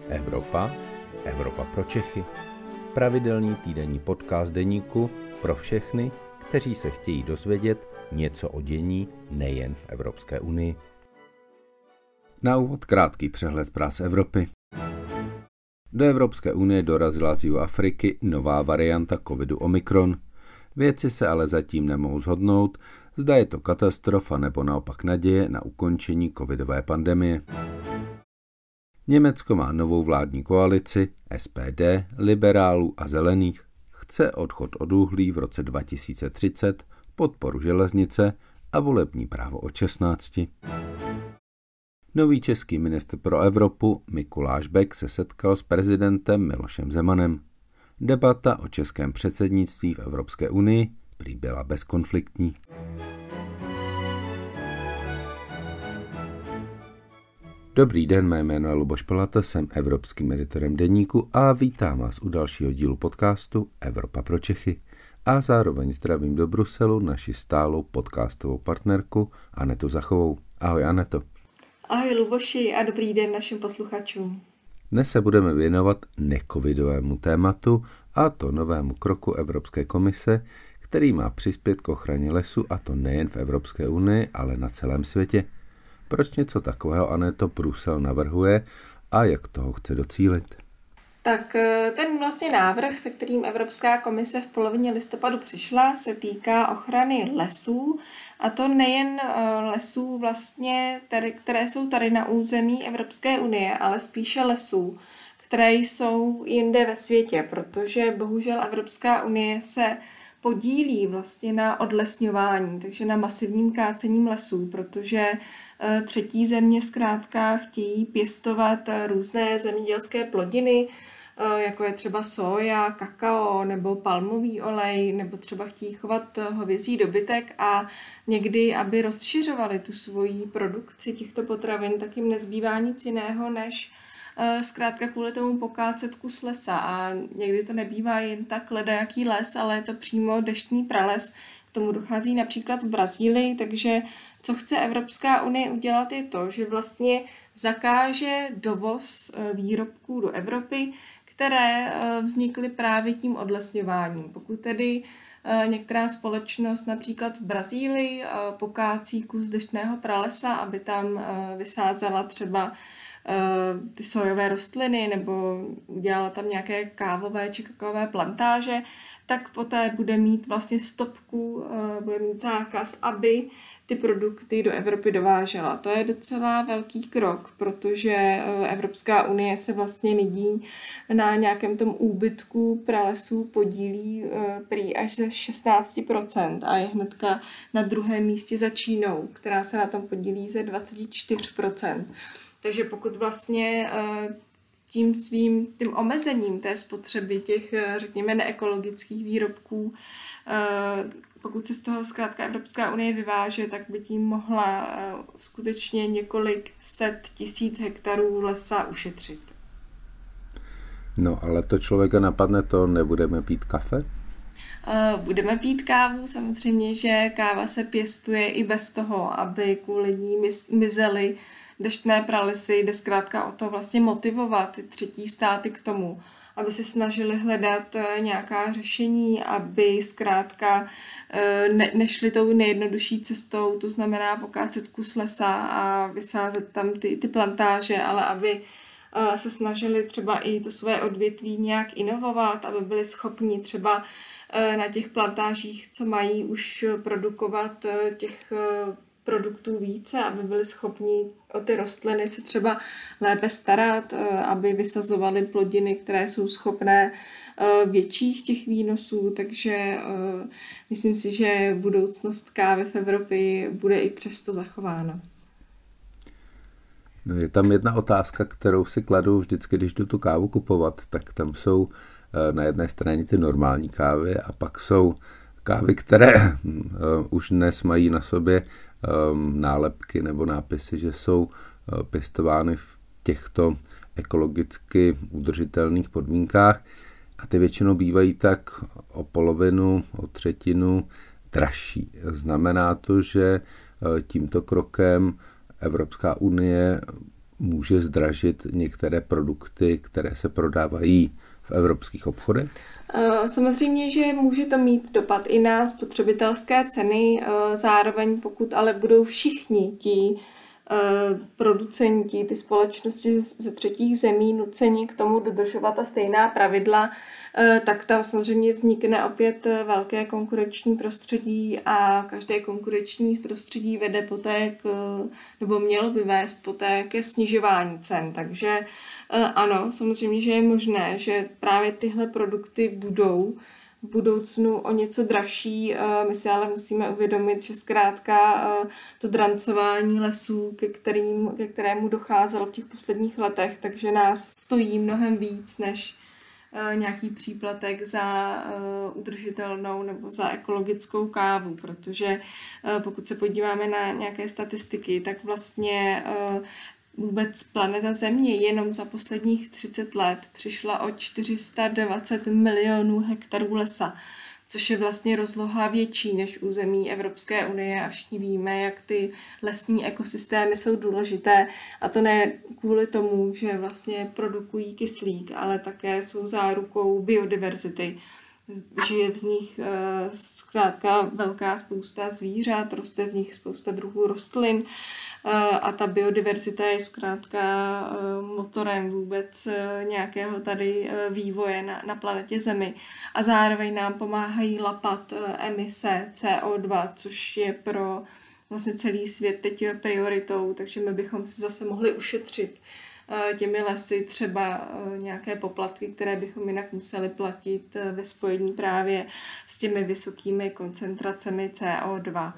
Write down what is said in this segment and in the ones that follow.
Evropa, Evropa pro Čechy. Pravidelný týdenní podcast deníku pro všechny, kteří se chtějí dozvědět něco o dění nejen v Evropské unii. Na úvod krátký přehled zpráv Evropy. Do Evropské unie dorazila z jihu Afriky nová varianta covidu Omikron. Vědci se ale zatím nemohou shodnout, zda je to katastrofa nebo naopak naděje na ukončení covidové pandemie. Německo má novou vládní koalici SPD, liberálů a zelených. Chce odchod od uhlí v roce 2030, podporu železnice a volební právo od 16. Nový český ministr pro Evropu Mikuláš Bek se setkal s prezidentem Milošem Zemanem. Debata o českém předsednictví v Evropské unii prý byla bezkonfliktní. Dobrý den, mé jméno je Luboš Palata, jsem evropským editorem deníku a vítám vás u dalšího dílu podcastu Evropa pro Čechy. A zároveň zdravím do Bruselu naši stálou podcastovou partnerku Anetu Zachovou. Ahoj Aneto. Ahoj Luboši a dobrý den našim posluchačům. Dnes se budeme věnovat necovidovému tématu, a to novému kroku Evropské komise, který má přispět k ochraně lesů, a to nejen v Evropské unii, ale na celém světě. Proč něco takového, Aneto, Brusel navrhuje a jak toho chce docílit? Tak ten vlastně návrh, se kterým Evropská komise v polovině listopadu přišla, se týká ochrany lesů, a to nejen lesů vlastně, které jsou tady na území Evropské unie, ale spíše lesů, které jsou jinde ve světě, protože bohužel Evropská unie se podílí vlastně na odlesňování, takže na masivním kácením lesů, protože třetí země zkrátka chtějí pěstovat různé zemědělské plodiny, jako je třeba soja, kakao nebo palmový olej, nebo třeba chtějí chovat hovězí dobytek a někdy, aby rozšiřovali tu svoji produkci těchto potravin, tak jim nezbývá nic jiného, než zkrátka kvůli tomu pokácet kus lesa. A někdy to nebývá jen tak ledajaký les, ale je to přímo deštný prales. K tomu dochází například v Brazílii, takže co chce Evropská unie udělat je to, že vlastně zakáže dovoz výrobků do Evropy, které vznikly právě tím odlesňováním. Pokud tedy některá společnost například v Brazílii pokácí kus deštného pralesa, aby tam vysázela třeba ty sojové rostliny nebo udělala tam nějaké kávové či kakaové plantáže, tak poté bude mít vlastně stopku, bude mít zákaz, aby ty produkty do Evropy dovážela. To je docela velký krok, protože Evropská unie se vlastně nyní na nějakém tom úbytku pralesů podílí prý až ze 16% a je hnedka na druhém místě za Čínou, která se na tom podílí ze 24%. Takže pokud vlastně tím omezením té spotřeby těch, řekněme, neekologických výrobků, pokud se z toho zkrátka Evropská unie vyváže, tak by tím mohla skutečně několik set tisíc hektarů lesa ušetřit. No, ale to člověka napadne, to nebudeme pít kafe? Budeme pít kávu, samozřejmě, že káva se pěstuje i bez toho, aby kvůli ní mizely deštné pralesy. Jde zkrátka o to vlastně motivovat ty třetí státy k tomu, aby se snažili hledat nějaká řešení, aby zkrátka nešli tou nejjednodušší cestou, to znamená pokácet kus lesa a vysázet tam ty plantáže, ale aby se snažili třeba i to své odvětví nějak inovovat, aby byli schopni třeba na těch plantážích, co mají, už produkovat těch produktů více, aby byli schopni o ty rostliny se třeba lépe starat, aby vysazovali plodiny, které jsou schopné větších těch výnosů, takže myslím si, že budoucnost kávy v Evropě bude i přesto zachována. No, je tam jedna otázka, kterou si kladu vždycky, když jdu tu kávu kupovat, tak tam jsou na jedné straně ty normální kávy a pak jsou kávy, které už dnes mají na sobě nálepky nebo nápisy, že jsou pěstovány v těchto ekologicky udržitelných podmínkách a ty většinou bývají tak o polovinu, o třetinu dražší. Znamená to, že tímto krokem Evropská unie může zdražit některé produkty, které se prodávají v evropských obchodech? Samozřejmě, že může to mít dopad i na spotřebitelské ceny, zároveň pokud ale budou všichni ti producenti, ty společnosti ze třetích zemí nuceni k tomu dodržovat ta stejná pravidla, tak tam samozřejmě vznikne opět velké konkurenční prostředí a každé konkurenční prostředí vede poté nebo mělo by vést poté ke snižování cen. Takže ano, samozřejmě, že je možné, že právě tyhle produkty budou v budoucnu o něco dražší. My si ale musíme uvědomit, že zkrátka to drancování lesů, ke kterému docházelo v těch posledních letech, takže nás stojí mnohem víc než nějaký příplatek za udržitelnou nebo za ekologickou kávu, protože pokud se podíváme na nějaké statistiky, tak vlastně vůbec planeta Země jenom za posledních 30 let přišla o 420 milionů hektarů lesa, což je vlastně rozloha větší než území Evropské unie a všichni víme, jak ty lesní ekosystémy jsou důležité a to ne kvůli tomu, že vlastně produkují kyslík, ale také jsou zárukou biodiverzity. Žije v nich zkrátka velká spousta zvířat, roste v nich spousta druhů rostlin a ta biodiverzita je zkrátka motorem vůbec nějakého tady vývoje na planetě Zemi. A zároveň nám pomáhají lapat emise CO2, což je pro vlastně celý svět teď prioritou, takže my bychom si zase mohli ušetřit těmi lesy třeba nějaké poplatky, které bychom jinak museli platit ve spojení právě s těmi vysokými koncentracemi CO2.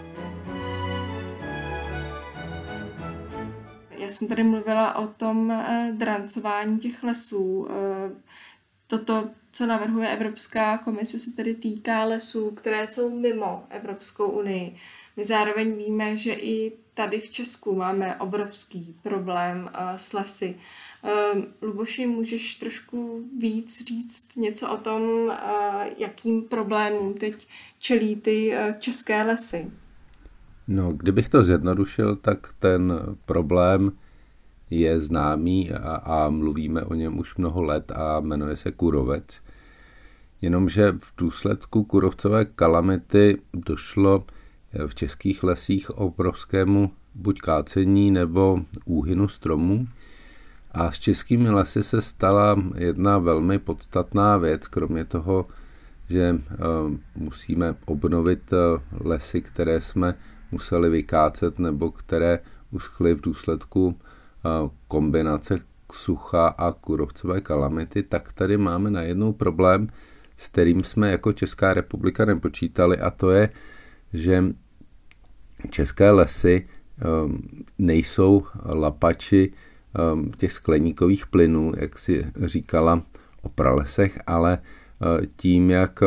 Já jsem tady mluvila o tom drancování těch lesů. Toto, co navrhuje Evropská komise, se tedy týká lesů, které jsou mimo Evropskou unii. My zároveň víme, že i tady v Česku máme obrovský problém s lesy. Luboši, můžeš trošku víc říct něco o tom, jakým problémům teď čelí ty české lesy? No, kdybych to zjednodušil, tak ten problém je známý a mluvíme o něm už mnoho let a jmenuje se kůrovec. Jenomže v důsledku kůrovcové kalamity došlo v českých lesích obrovskému buď kácení nebo úhynu stromů. A s českými lesy se stala jedna velmi podstatná věc, kromě toho, že musíme obnovit lesy, které jsme museli vykácet nebo které uschly v důsledku kombinace sucha a kůrovcové kalamity, tak tady máme najednou problém, s kterým jsme jako Česká republika nepočítali, a to je, že české lesy nejsou lapači těch skleníkových plynů, jak si říkala o pralesech, ale tím, jak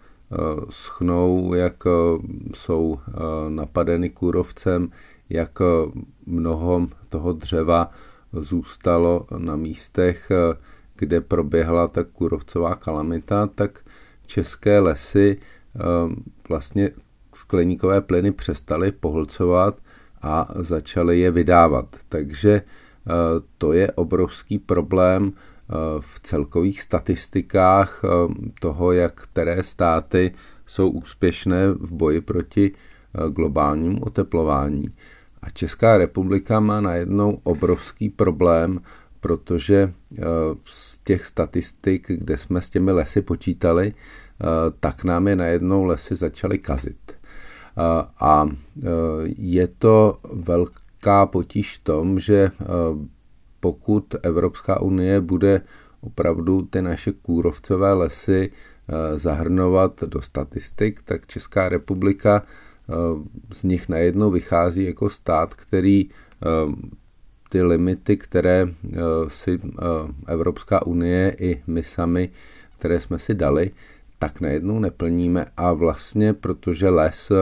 schnou, jak jsou napadeny kůrovcem, jak mnoho toho dřeva zůstalo na místech, kde proběhla ta kůrovcová kalamita, tak české lesy vlastně skleníkové plyny přestaly pohlcovat a začaly je vydávat. Takže to je obrovský problém v celkových statistikách toho, jak které státy jsou úspěšné v boji proti globálnímu oteplování. A Česká republika má najednou obrovský problém, protože z těch statistik, kde jsme s těmi lesy počítali, tak nám je najednou lesy začaly kazit. A je to velká potíž v tom, že pokud Evropská unie bude opravdu ty naše kůrovcové lesy zahrnovat do statistik, tak Česká republika z nich najednou vychází jako stát, který ty limity, které si Evropská unie i my sami, které jsme si dali, tak najednou neplníme. A vlastně, protože les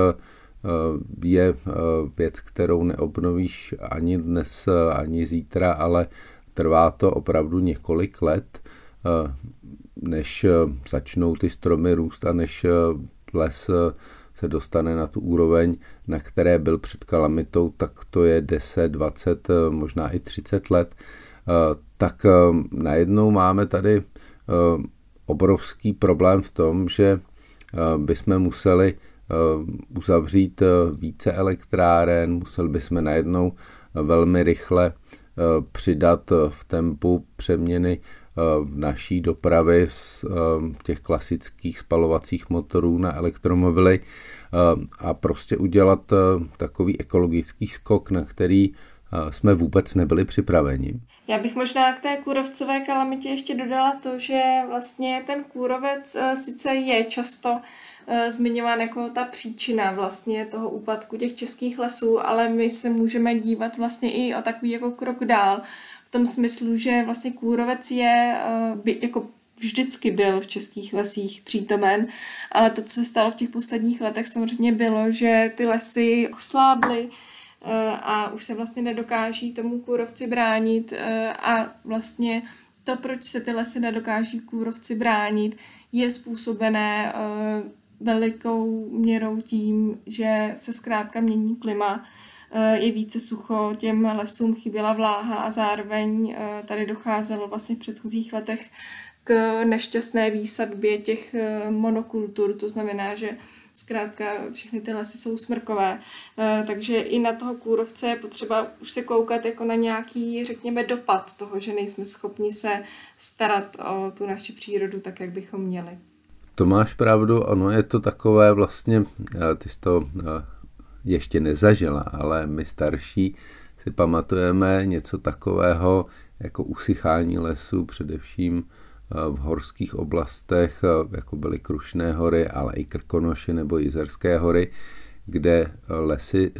je věc, kterou neobnovíš ani dnes, ani zítra, ale trvá to opravdu několik let, než začnou ty stromy růst a než les se dostane na tu úroveň, na které byl před kalamitou, tak to je 10, 20, možná i 30 let, tak najednou máme tady obrovský problém v tom, že bychom museli uzavřít více elektráren, museli bychom najednou velmi rychle přidat v tempu přeměny v naší dopravy z těch klasických spalovacích motorů na elektromobily a prostě udělat takový ekologický skok, na který jsme vůbec nebyli připraveni. Já bych možná k té kůrovcové kalamitě ještě dodala to, že vlastně ten kůrovec sice je často zmiňován jako ta příčina vlastně toho úpadku těch českých lesů, ale my se můžeme dívat vlastně i o takový jako krok dál, v tom smyslu, že vlastně kůrovec je jako vždycky byl v českých lesích přítomen, ale to, co se stalo v těch posledních letech, samozřejmě bylo, že ty lesy oslábly a už se vlastně nedokáží tomu kůrovci bránit a vlastně to, proč se ty lesy nedokáží kůrovci bránit, je způsobené velikou měrou tím, že se zkrátka mění klima, je více sucho, těm lesům chyběla vláha a zároveň tady docházelo vlastně v předchozích letech k nešťastné výsadbě těch monokultur, to znamená, že zkrátka všechny ty lesy jsou smrkové, takže i na toho kůrovce je potřeba už se koukat jako na nějaký, řekněme, dopad toho, že nejsme schopni se starat o tu naši přírodu tak, jak bychom měli. To máš pravdu, ono je to takové vlastně, ty jsi to ještě nezažila, ale my starší si pamatujeme něco takového jako usychání lesů, především v horských oblastech, jako byly Krušné hory, ale i Krkonoše nebo Jizerské hory, kde lesy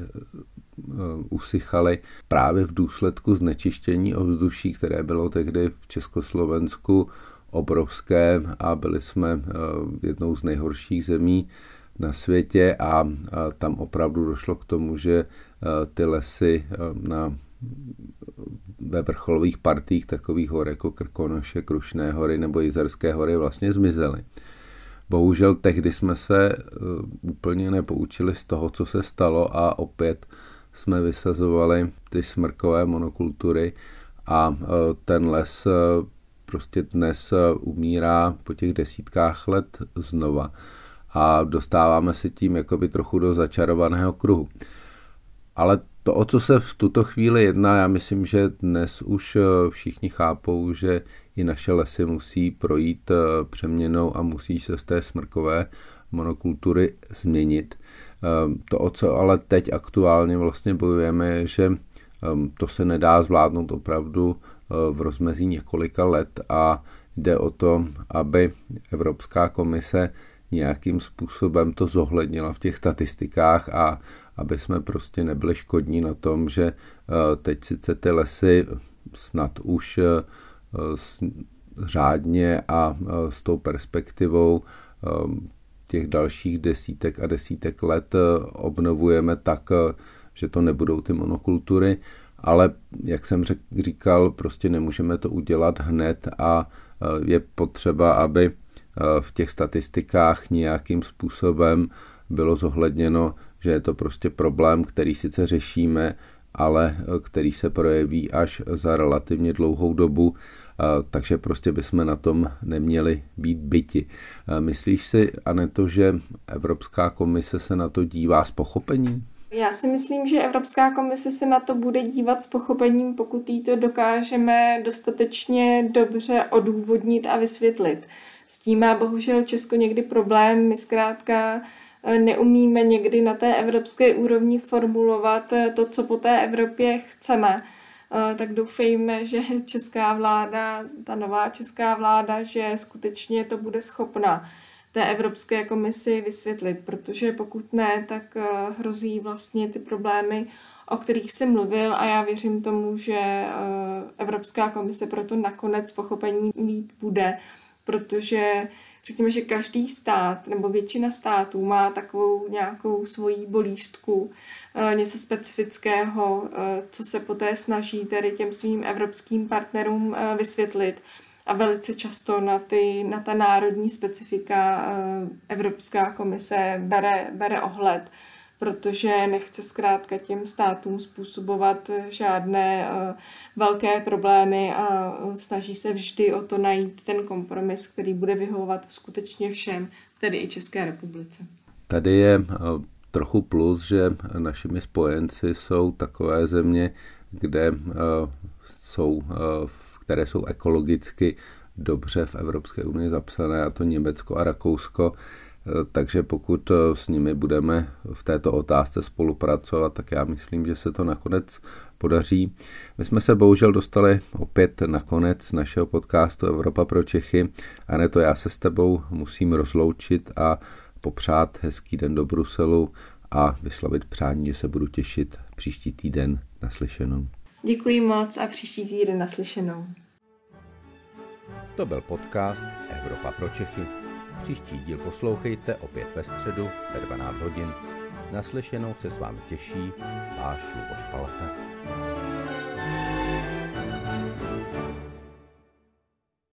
usychaly právě v důsledku znečištění ovzduší, které bylo tehdy v Československu obrovské a byli jsme jednou z nejhorších zemí na světě a tam opravdu došlo k tomu, že ty lesy ve vrcholových partiích takových hor jako Krkonoše, Krušné hory nebo Jizerské hory vlastně zmizely. Bohužel tehdy jsme se úplně nepoučili z toho, co se stalo a opět jsme vysazovali ty smrkové monokultury a ten les prostě dnes umírá po těch desítkách let znova a dostáváme se tím jakoby trochu do začarovaného kruhu. Ale to, o co se v tuto chvíli jedná, já myslím, že dnes už všichni chápou, že i naše lesy musí projít přeměnou a musí se z té smrkové monokultury změnit. To, o co ale teď aktuálně vlastně bojujeme, je, že to se nedá zvládnout opravdu v rozmezí několika let a jde o to, aby Evropská komise nějakým způsobem to zohlednila v těch statistikách a aby jsme prostě nebyli škodní na tom, že teď sice ty lesy snad už řádně a s tou perspektivou těch dalších desítek a desítek let obnovujeme tak, že to nebudou ty monokultury, ale jak jsem říkal, prostě nemůžeme to udělat hned a je potřeba, aby v těch statistikách nějakým způsobem bylo zohledněno, že je to prostě problém, který sice řešíme, ale který se projeví až za relativně dlouhou dobu, takže prostě bychom na tom neměli být byti. Myslíš si, Aneto, že Evropská komise se na to dívá s pochopením? Já si myslím, že Evropská komise se na to bude dívat s pochopením, pokud jí to dokážeme dostatečně dobře odůvodnit a vysvětlit. S tím má bohužel Česko někdy problém, my zkrátka neumíme někdy na té evropské úrovni formulovat to, co po té Evropě chceme. Tak doufejme, že česká vláda, ta nová česká vláda, že skutečně to bude schopna té Evropské komisi vysvětlit, protože pokud ne, tak hrozí vlastně ty problémy, o kterých jsem mluvil a já věřím tomu, že Evropská komise proto nakonec pochopení mít bude, protože řekněme, že každý stát nebo většina států má takovou nějakou svoji bolístku, něco specifického, co se poté snaží tedy těm svým evropským partnerům vysvětlit. a velice často na ta národní specifika Evropská komise bere ohled, protože nechce zkrátka těm státům způsobovat žádné velké problémy a snaží se vždy o to najít ten kompromis, který bude vyhovovat skutečně všem, tedy i České republice. Tady je trochu plus, že našimi spojenci jsou takové země, které jsou ekologicky dobře v Evropské unii zapsané, a to Německo a Rakousko. Takže pokud s nimi budeme v této otázce spolupracovat, tak já myslím, že se to nakonec podaří. My jsme se bohužel dostali opět na konec našeho podcastu Evropa pro Čechy. Aneto, já se s tebou musím rozloučit a popřát hezký den do Bruselu a vyslovit přání, že se budu těšit příští týden naslyšenou. Děkuji moc a příští týden naslyšenou. To byl podcast Evropa pro Čechy. Příští díl poslouchejte opět ve středu ve 12 hodin. Naslyšenou se s vámi těší váš Luboš Palata.